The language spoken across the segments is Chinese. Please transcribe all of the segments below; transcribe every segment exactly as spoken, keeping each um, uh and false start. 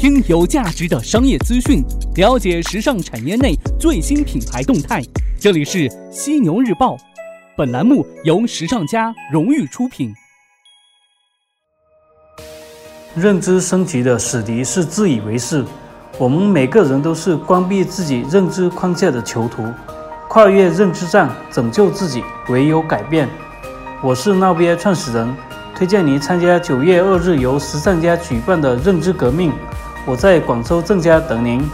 听有价值的商业资讯，了解时尚产业内最新品牌动态。这里是犀牛日报，本栏目由时尚家荣誉出品。 认知升级的死敌是自以为是，我们每个人都是关闭自己认知框架的囚徒，跨越认知障，拯救自己，唯有改变。我是闹憋创始人，推荐您参加九月二日由时尚家举办的认知革命，我在广州郑家等您。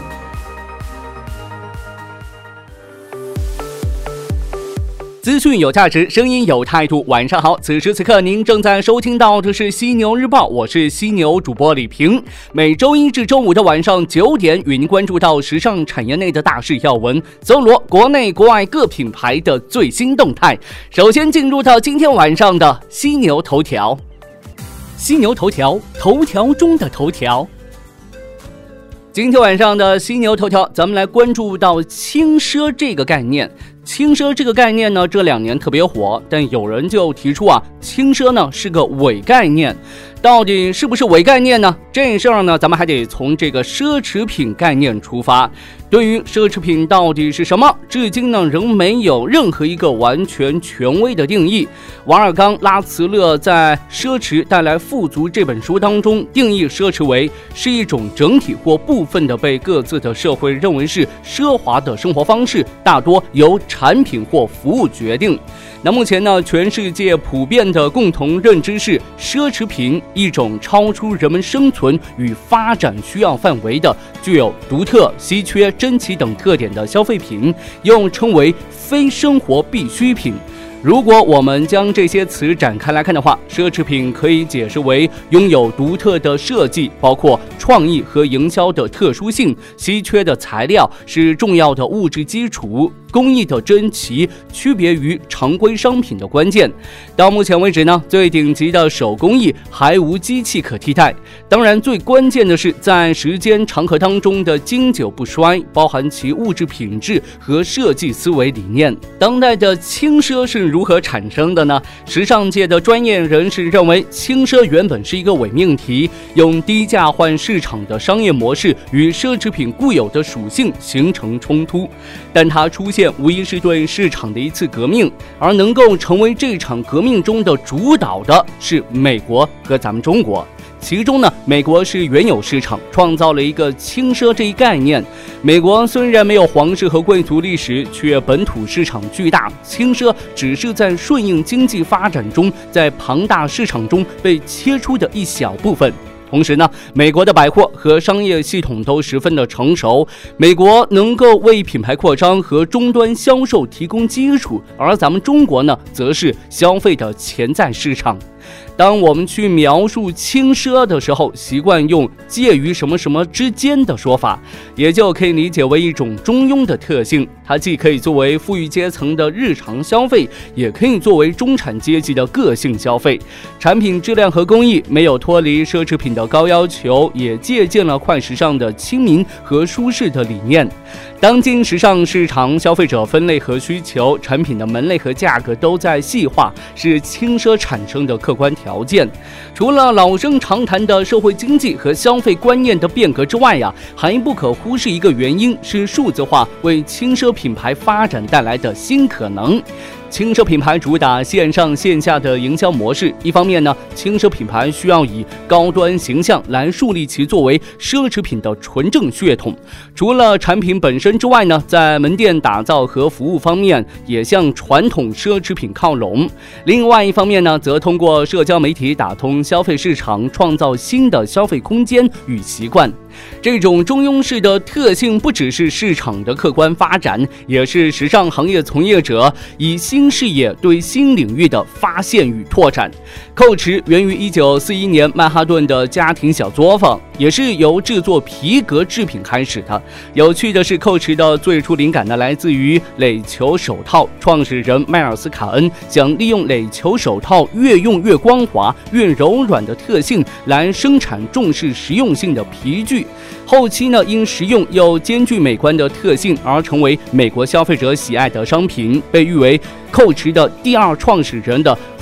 资讯有价值，声音有态度。晚上好，此时此刻您正在收听到的是犀牛日报，我是犀牛主播李平。每周一至周五的晚上九点，与您关注到时尚产业内的大事要闻，搜罗国内国外各品牌的最新动态。首先进入到今天晚上的犀牛头条。犀牛头条，头条中的头条。今天晚上的犀牛头条，咱们来关注到轻奢这个概念。轻奢这个概念呢，这两年特别火，但有人就提出啊，轻奢呢是个伪概念。到底是不是伪概念呢？这事儿呢，咱们还得从这个奢侈品概念出发。对于奢侈品到底是什么，至今呢仍没有任何一个完全权威的定义。瓦尔冈·拉茨勒在《奢侈带来富足》这本书当中定义奢侈为是一种整体或部分的被各自的社会认为是奢华的生活方式，大多由产品或服务决定。那目前呢，全世界普遍的共同认知是，奢侈品一种超出人们生存与发展需要范围的、具有独特、稀缺、珍奇等特点的消费品，又称为非生活必需品。如果我们将这些词展开来看的话，奢侈品可以解释为拥有独特的设计，包括创意和营销的特殊性，稀缺的材料是重要的物质基础，工艺的珍奇区别于常规商品的关键。到目前为止呢，最顶级的手工艺还无机器可替代。当然，最关键的是在时间长河当中的经久不衰，包含其物质品质和设计思维理念。当代的轻奢是如何产生的呢？时尚界的专业人士认为，轻奢原本是一个伪命题，用低价换市场的商业模式与奢侈品固有的属性形成冲突，但它出现无疑是对市场的一次革命，而能够成为这场革命中的主导的是美国和咱们中国。其中呢，美国是原有市场创造了一个轻奢这一概念。美国虽然没有皇室和贵族历史，却本土市场巨大，轻奢只是在顺应经济发展中，在庞大市场中被切出的一小部分。同时呢，美国的百货和商业系统都十分的成熟，美国能够为品牌扩张和终端销售提供基础，而咱们中国呢，则是消费的潜在市场。当我们去描述轻奢的时候，习惯用介于什么什么之间的说法，也就可以理解为一种中庸的特性。它既可以作为富裕阶层的日常消费，也可以作为中产阶级的个性消费。产品质量和工艺没有脱离奢侈品的高要求，也借鉴了快时尚的亲民和舒适的理念。当今时尚市场消费者分类和需求，产品的门类和价格都在细化，是轻奢产生的客观条件。除了老生常谈的社会经济和消费观念的变革之外呀，还不可忽视一个原因，是数字化为轻奢品牌发展带来的新可能。轻奢品牌主打线上线下的营销模式，一方面呢，轻奢品牌需要以高端形象来树立其作为奢侈品的纯正血统。除了产品本身之外呢，在门店打造和服务方面也向传统奢侈品靠拢。另外一方面呢，则通过社交媒体打通消费市场，创造新的消费空间与习惯。这种中庸式的特性不只是市场的客观发展，也是时尚行业从业者以新视野对新领域的发现与拓展。Coach 源于一九四一年曼哈顿的家庭小作坊，也是由制作皮革制品开始的。有趣的是 ，Coach 的最初灵感呢来自于垒球手套，创始人迈尔斯·卡恩想利用垒球手套越用越光滑、越柔软的特性来生产重视实用性的皮具。后期呢，因实用又兼具美观的特性而成为美国消费者喜爱的商品，被誉为 Coach 的第二创始人的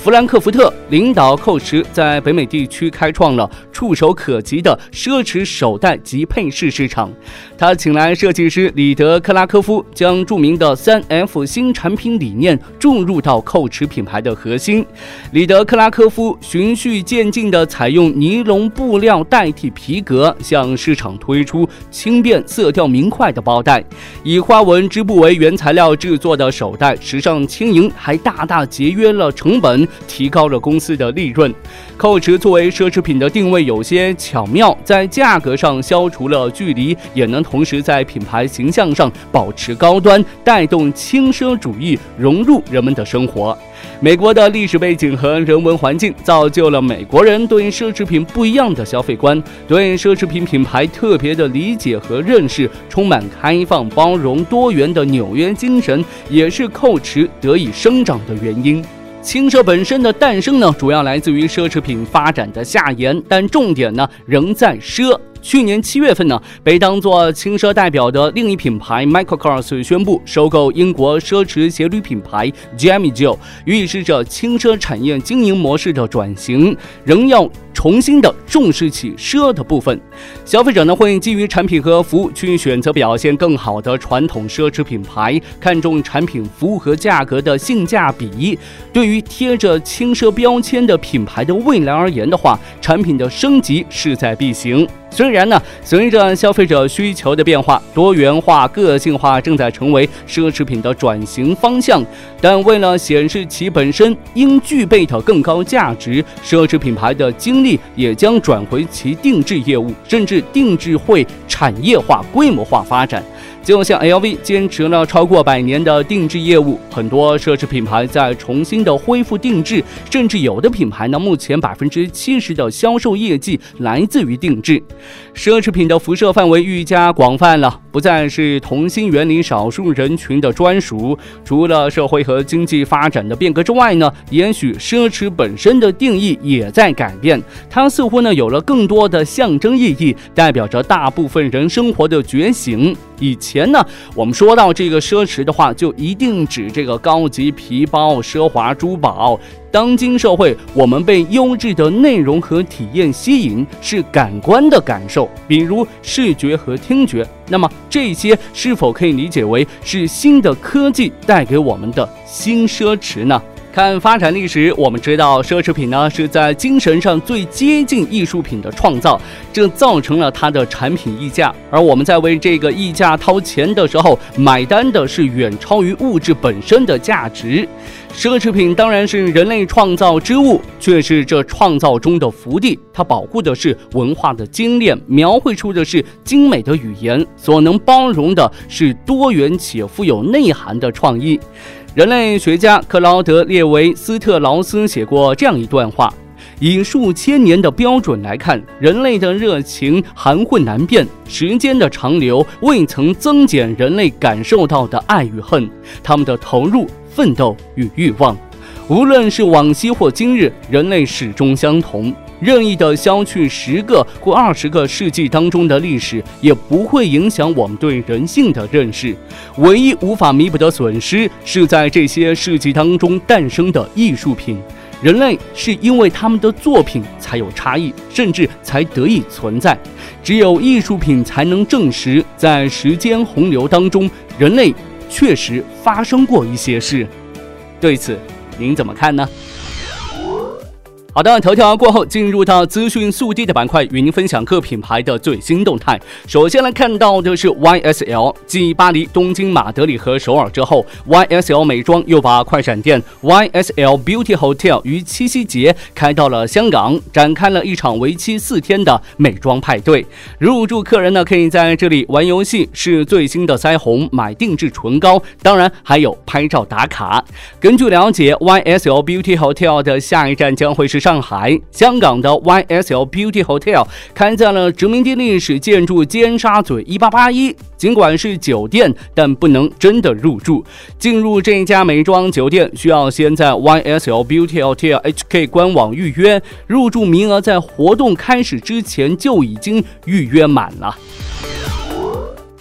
弗兰克福特领导蔻驰在北美地区开创了触手可及的奢侈手袋及配饰市场。他请来设计师里德·克拉科夫，将著名的 三 F 新产品理念注入到蔻驰品牌的核心。里德·克拉科夫循序渐进地采用尼龙布料代替皮革，向市场推出轻便、色调明快的包袋。以花纹织布为原材料制作的手袋，时尚轻盈，还大大节约了成本，提高了公司的利润。蔻驰作为奢侈品的定位有些巧妙，在价格上消除了距离，也能同时在品牌形象上保持高端，带动轻奢主义融入人们的生活。美国的历史背景和人文环境造就了美国人对奢侈品不一样的消费观，对奢侈品品牌特别的理解和认识，充满开放、包容、多元的纽约精神，也是蔻驰得以生长的原因。轻奢本身的诞生呢，主要来自于奢侈品发展的下沿，但重点呢仍在奢。去年七月份呢，被当作轻奢代表的另一品牌 Michael Kors 宣布收购英国奢侈鞋履品牌 Jimmy Choo， 预示着轻奢产业经营模式的转型，仍要重新的重视起奢的部分。消费者呢会基于产品和服务去选择表现更好的传统奢侈品牌，看重产品、服务和价格的性价比。对于贴着轻奢标签的品牌的未来而言的话，产品的升级势在必行。虽然呢，随着消费者需求的变化，多元化、个性化正在成为奢侈品的转型方向，但为了显示其本身应具备的更高价值，奢侈品牌的精力也将转回其定制业务，甚至定制会产业化、规模化发展。就像 L V 坚持了超过百年的定制业务，很多奢侈品牌在重新的恢复定制，甚至有的品牌呢，目前百分之七十的销售业绩来自于定制。奢侈品的辐射范围愈加广泛了，不再是同心圆里少数人群的专属。除了社会和经济发展的变革之外呢，也许奢侈本身的定义也在改变，它似乎呢有了更多的象征意义，代表着大部分人生活的觉醒。以前呢，我们说到这个奢侈的话，就一定指这个高级皮包、奢华珠宝。当今社会，我们被优质的内容和体验吸引，是感官的感受，比如视觉和听觉。那么这些是否可以理解为是新的科技带给我们的新奢侈呢？看发展历史，我们知道奢侈品呢是在精神上最接近艺术品的创造，这造成了它的产品溢价。而我们在为这个溢价掏钱的时候，买单的是远超于物质本身的价值。奢侈品当然是人类创造之物，却是这创造中的福地。它保护的是文化的精炼，描绘出的是精美的语言，所能包容的是多元且富有内涵的创意。人类学家克劳德·列维斯特劳斯写过这样一段话：以数千年的标准来看，人类的热情含混难辨，时间的长流未曾增减人类感受到的爱与恨，他们的投入、奋斗与欲望。无论是往昔或今日，人类始终相同。任意的消去十个或二十个世纪当中的历史，也不会影响我们对人性的认识。唯一无法弥补的损失，是在这些世纪当中诞生的艺术品。人类是因为他们的作品才有差异，甚至才得以存在。只有艺术品才能证实，在时间洪流当中，人类确实发生过一些事。对此，您怎么看呢？好的，头条过后进入到资讯速递的板块，与您分享各品牌的最新动态。首先来看到的是 Y S L， 继巴黎、东京、马德里和首尔之后， Y S L 美妆又把快闪店 Y S L Beauty Hotel 于七夕节开到了香港，展开了一场为期四天的美妆派对。入住客人呢可以在这里玩游戏、试最新的腮红、买定制唇膏，当然还有拍照打卡。根据了解， Y S L Beauty Hotel 的下一站将会是上海。香港的 Y S L Beauty Hotel 开在了殖民地历史建筑尖沙咀一八八一，尽管是酒店，但不能真的入住。进入这家美妆酒店，需要先在 Y S L Beauty Hotel H K 官网预约，入住名额在活动开始之前就已经预约满了。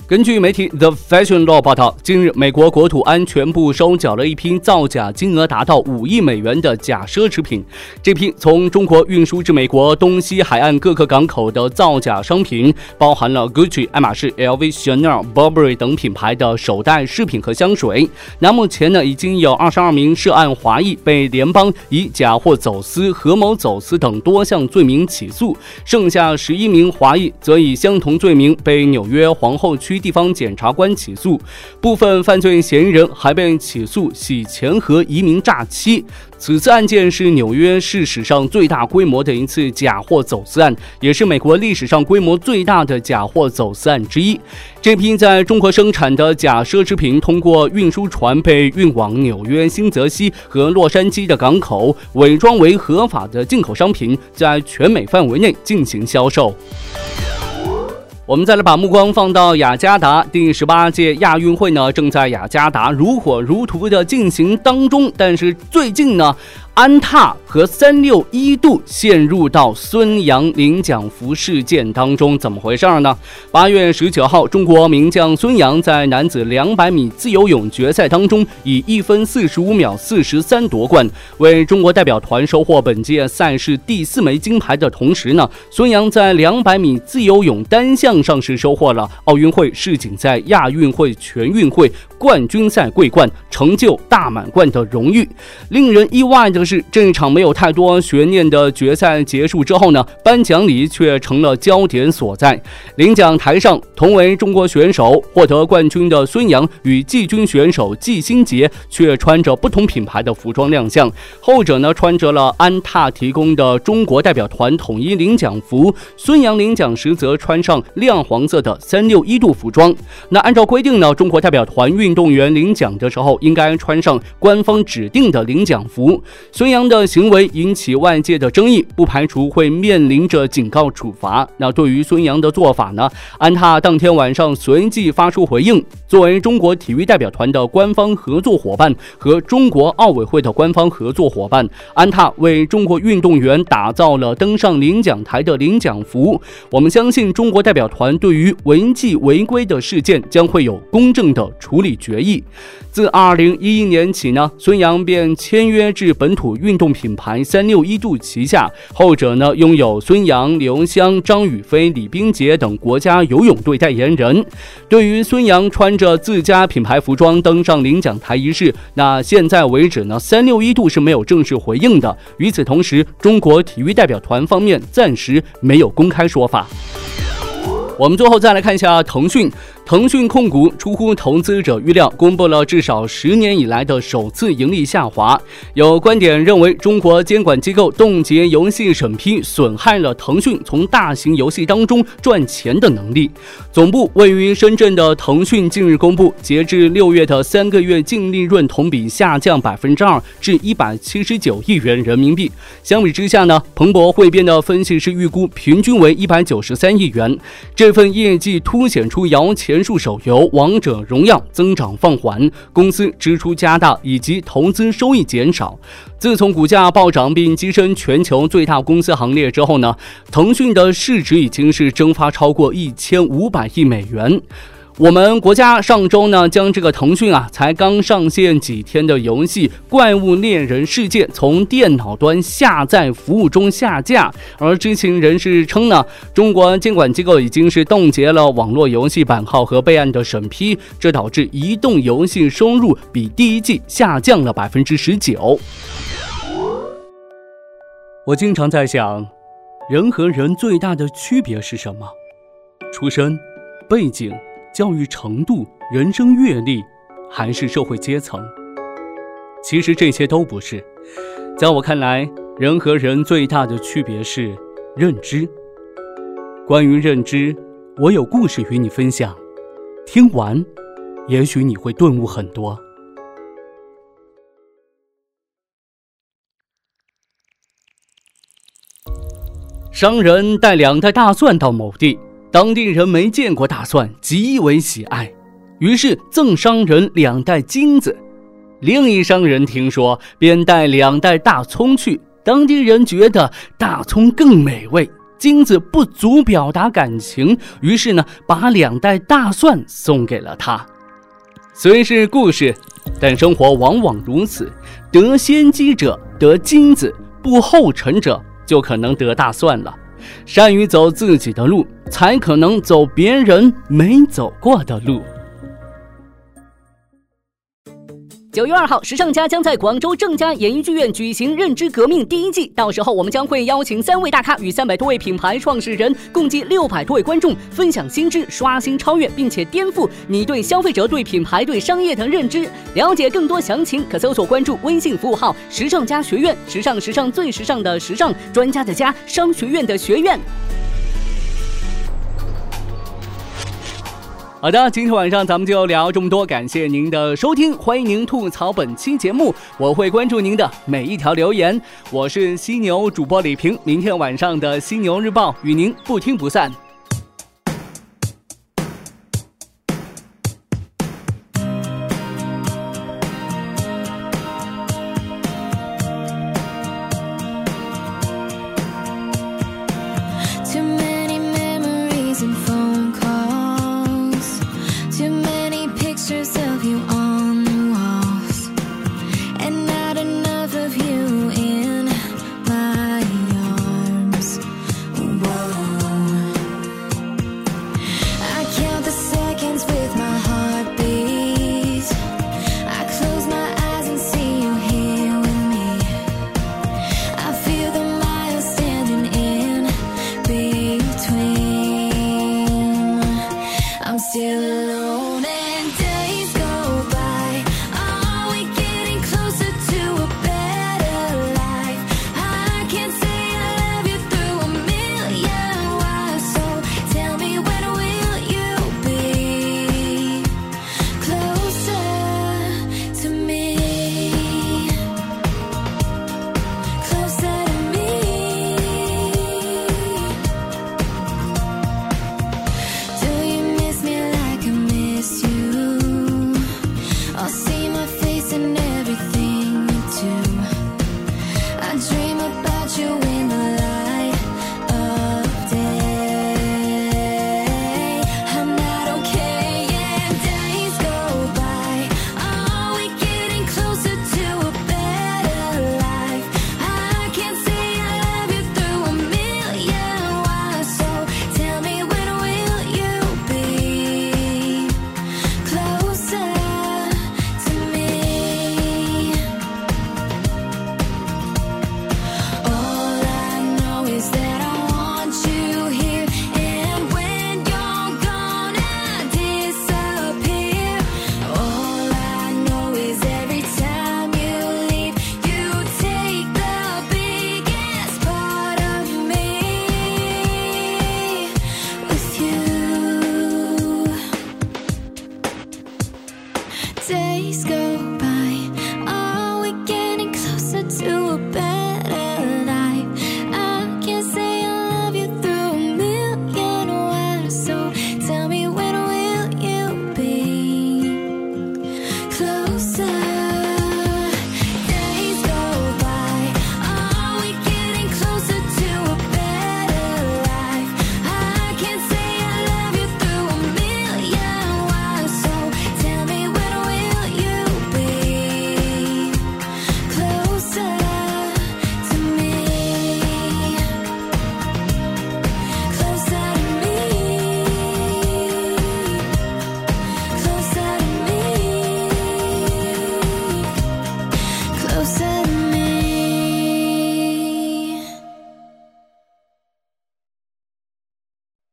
根据媒体 The Fashion Law 报道，近日美国国土安全部收缴了一批造假金额达到五亿美元的假奢侈品。这批从中国运输至美国东西海岸各个港口的造假商品，包含了 Gucci、爱马仕、L V、Chanel、Burberry 等品牌的手袋、饰品和香水。那目前呢，已经有二十二名涉案华裔被联邦以假货走私、合谋走私等多项罪名起诉，剩下十一名华裔则以相同罪名被纽约皇后区地方检察官起诉，部分犯罪嫌疑人还被起诉洗钱和移民诈欺。此次案件是纽约市史上最大规模的一次假货走私案，也是美国历史上规模最大的假货走私案之一。这批在中国生产的假奢侈品通过运输船被运往纽约、新泽西和洛杉矶的港口，伪装为合法的进口商品，在全美范围内进行销售。我们再来把目光放到雅加达，第十八届亚运会呢正在雅加达如火如荼的进行当中，但是最近呢，安踏和三六一度陷入到孙杨领奖服事件当中，怎么回事呢？八月十九号，中国名将孙杨在男子两百米自由泳决赛当中以一分四十五秒四十三夺冠，为中国代表团收获本届赛事第四枚金牌的同时呢，孙杨在两百米自由泳单项上是收获了奥运会世锦赛、亚运会、全运会冠军赛桂冠，成就大满贯的荣誉。令人意外的是，这一场没有太多悬念的决赛结束之后呢，颁奖礼却成了焦点所在。领奖台上，同为中国选手获得冠军的孙杨与季军选手季新杰却穿着不同品牌的服装亮相，后者呢穿着了安踏提供的中国代表团统一领奖服，孙杨领奖时则穿上亮黄色的三六一度服装。那按照规定呢，中国代表团运动员领奖的时候应该穿上官方指定的领奖服。孙杨的行为引起外界的争议，不排除会面临着警告处罚。那对于孙杨的做法呢，安踏当天晚上随即发出回应。作为中国体育代表团的官方合作伙伴和中国奥委会的官方合作伙伴，安踏为中国运动员打造了登上领奖台的领奖服。我们相信中国代表团对于违纪违规的事件将会有公正的处理决议。自二零一一年起呢，孙杨便签约至本土运动品牌三六一度旗下，后者呢拥有孙杨、刘湘、张雨霏、李冰洁等国家游泳队代言人。对于孙杨穿着自家品牌服装登上领奖台一事，那现在为止呢，三六一度是没有正式回应的。与此同时，中国体育代表团方面暂时没有公开说法。我们最后再来看一下腾讯。腾讯控股出乎投资者预料，公布了至少十年以来的首次盈利下滑。有观点认为，中国监管机构冻结游戏审批，损害了腾讯从大型游戏当中赚钱的能力。总部位于深圳的腾讯近日公布，截至六月的三个月净利润同比下降百分之二，至一百七十九亿元人民币。相比之下呢，彭博汇编的分析师预估平均为一百九十三亿元。这份业绩凸显出摇钱树手游《王者荣耀》增长放缓，公司支出加大以及投资收益减少。自从股价暴涨并跻身全球最大公司行列之后呢，腾讯的市值已经是蒸发超过一千五百亿美元。我们国家上周呢，将这个腾讯啊才刚上线几天的游戏《怪物猎人世界》从电脑端下载服务中下架，而知情人士称呢，中国监管机构已经是冻结了网络游戏版号和备案的审批，这导致移动游戏收入比第一季下降了百分之十九。我经常在想，人和人最大的区别是什么？出身、背景、教育程度、人生阅历，还是社会阶层？其实这些都不是。在我看来，人和人最大的区别是认知。关于认知，我有故事与你分享，听完，也许你会顿悟很多。商人带两袋大蒜到某地，当地人没见过大蒜，极为喜爱，于是赠商人两袋金子。另一商人听说，便带两袋大葱去，当地人觉得大葱更美味， 金子不足表达感情，于是呢，把两袋大蒜送给了他。虽是故事，但生活往往如此，得先机者得金子，不后尘者就可能得大蒜了。善于走自己的路，才可能走别人没走过的路。九月二号，时尚家将在广州正佳演艺剧院举行认知革命第一季，到时候我们将会邀请三位大咖与三百多位品牌创始人，共计六百多位观众，分享新知，刷新超越，并且颠覆你对消费者、对品牌、对商业的认知。了解更多详情，可搜索关注微信服务号“时尚家学院”，时尚时尚最时尚的时尚，专家的家，商学院的学院。好的，今天晚上咱们就聊这么多，感谢您的收听，欢迎您吐槽本期节目，我会关注您的每一条留言。我是犀牛主播李平，明天晚上的犀牛日报与您不听不散。 Still